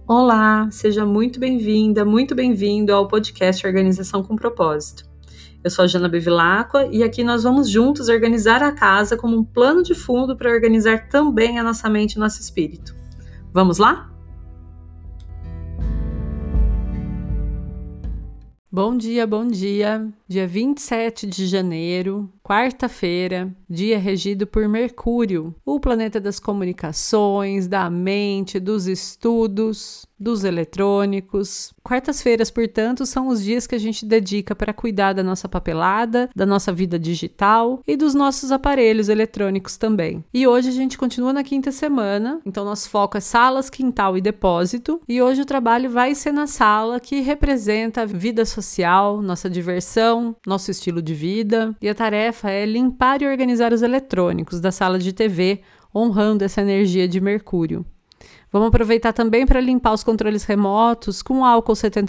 Olá, seja muito bem-vinda, muito bem-vindo ao podcast Organização com Propósito. Eu sou a Jana Bevilacqua e aqui nós vamos juntos organizar a casa como um plano de fundo para organizar também a nossa mente e nosso espírito. Vamos lá? Bom dia, bom dia. Dia 27 de janeiro, quarta-feira, dia regido por Mercúrio, o planeta das comunicações, da mente, dos estudos, dos eletrônicos. Quartas-feiras, portanto, são os dias que a gente dedica para cuidar da nossa papelada, da nossa vida digital e dos nossos aparelhos eletrônicos também. E hoje a gente continua na quinta semana, então nosso foco é salas, quintal e depósito. E hoje o trabalho vai ser na sala, que representa a vida social, nossa diversão, nosso estilo de vida, e a tarefa é limpar e organizar os eletrônicos da sala de TV, honrando essa energia de Mercúrio. Vamos aproveitar também para limpar os controles remotos com álcool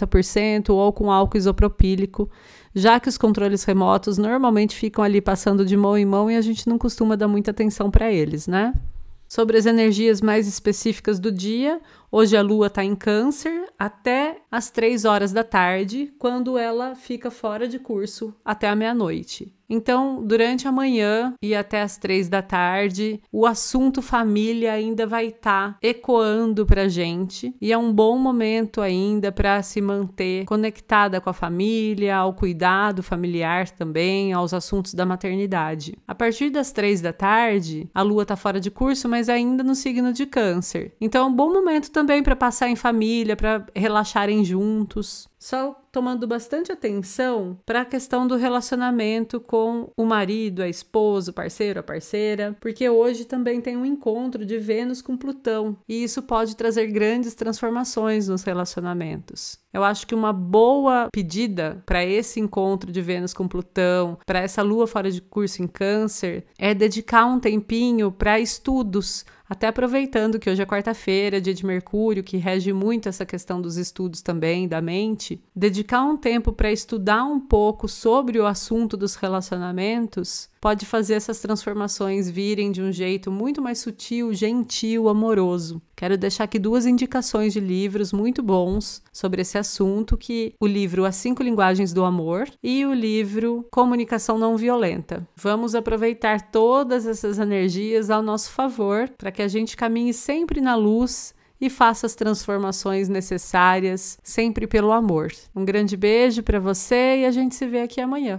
70% ou com álcool isopropílico, já que os controles remotos normalmente ficam ali passando de mão em mão e a gente não costuma dar muita atenção para eles, né? Sobre as energias mais específicas do dia, hoje a Lua está em Câncer até às 3 horas da tarde, quando ela fica fora de curso até a meia-noite. Então, durante a manhã e até às 3 da tarde, o assunto família ainda vai estar ecoando para a gente e é um bom momento ainda para se manter conectada com a família, ao cuidado familiar também, aos assuntos da maternidade. A partir das 3 da tarde, a Lua está fora de curso, mas ainda no signo de Câncer. Então, é um bom momento também para passar em família, para relaxarem juntos. Só tomando bastante atenção para a questão do relacionamento com o marido, a esposa, o parceiro, a parceira, porque hoje também tem um encontro de Vênus com Plutão e isso pode trazer grandes transformações nos relacionamentos. Eu acho que uma boa pedida para esse encontro de Vênus com Plutão, para essa Lua fora de curso em Câncer, é dedicar um tempinho para estudos, até aproveitando que hoje é quarta-feira, dia de Mercúrio, que rege muito essa questão dos estudos também, da mente, dedicar um tempo para estudar um pouco sobre o assunto dos relacionamentos pode fazer essas transformações virem de um jeito muito mais sutil, gentil, amoroso. Quero deixar aqui 2 indicações de livros muito bons sobre esse assunto, que o livro As 5 Linguagens do Amor e o livro Comunicação Não Violenta. Vamos aproveitar todas essas energias ao nosso favor para que a gente caminhe sempre na luz e faça as transformações necessárias, sempre pelo amor. Um grande beijo para você e a gente se vê aqui amanhã.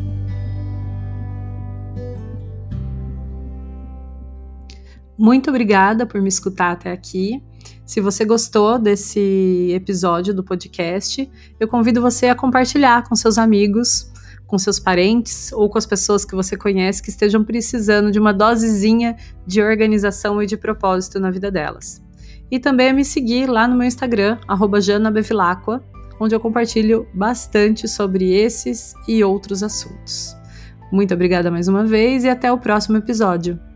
Muito obrigada por me escutar até aqui. Se você gostou desse episódio do podcast, eu convido você a compartilhar com seus amigos, com seus parentes ou com as pessoas que você conhece que estejam precisando de uma dosezinha de organização e de propósito na vida delas. E também a me seguir lá no meu Instagram, @janabevilacqua, onde eu compartilho bastante sobre esses e outros assuntos. Muito obrigada mais uma vez e até o próximo episódio.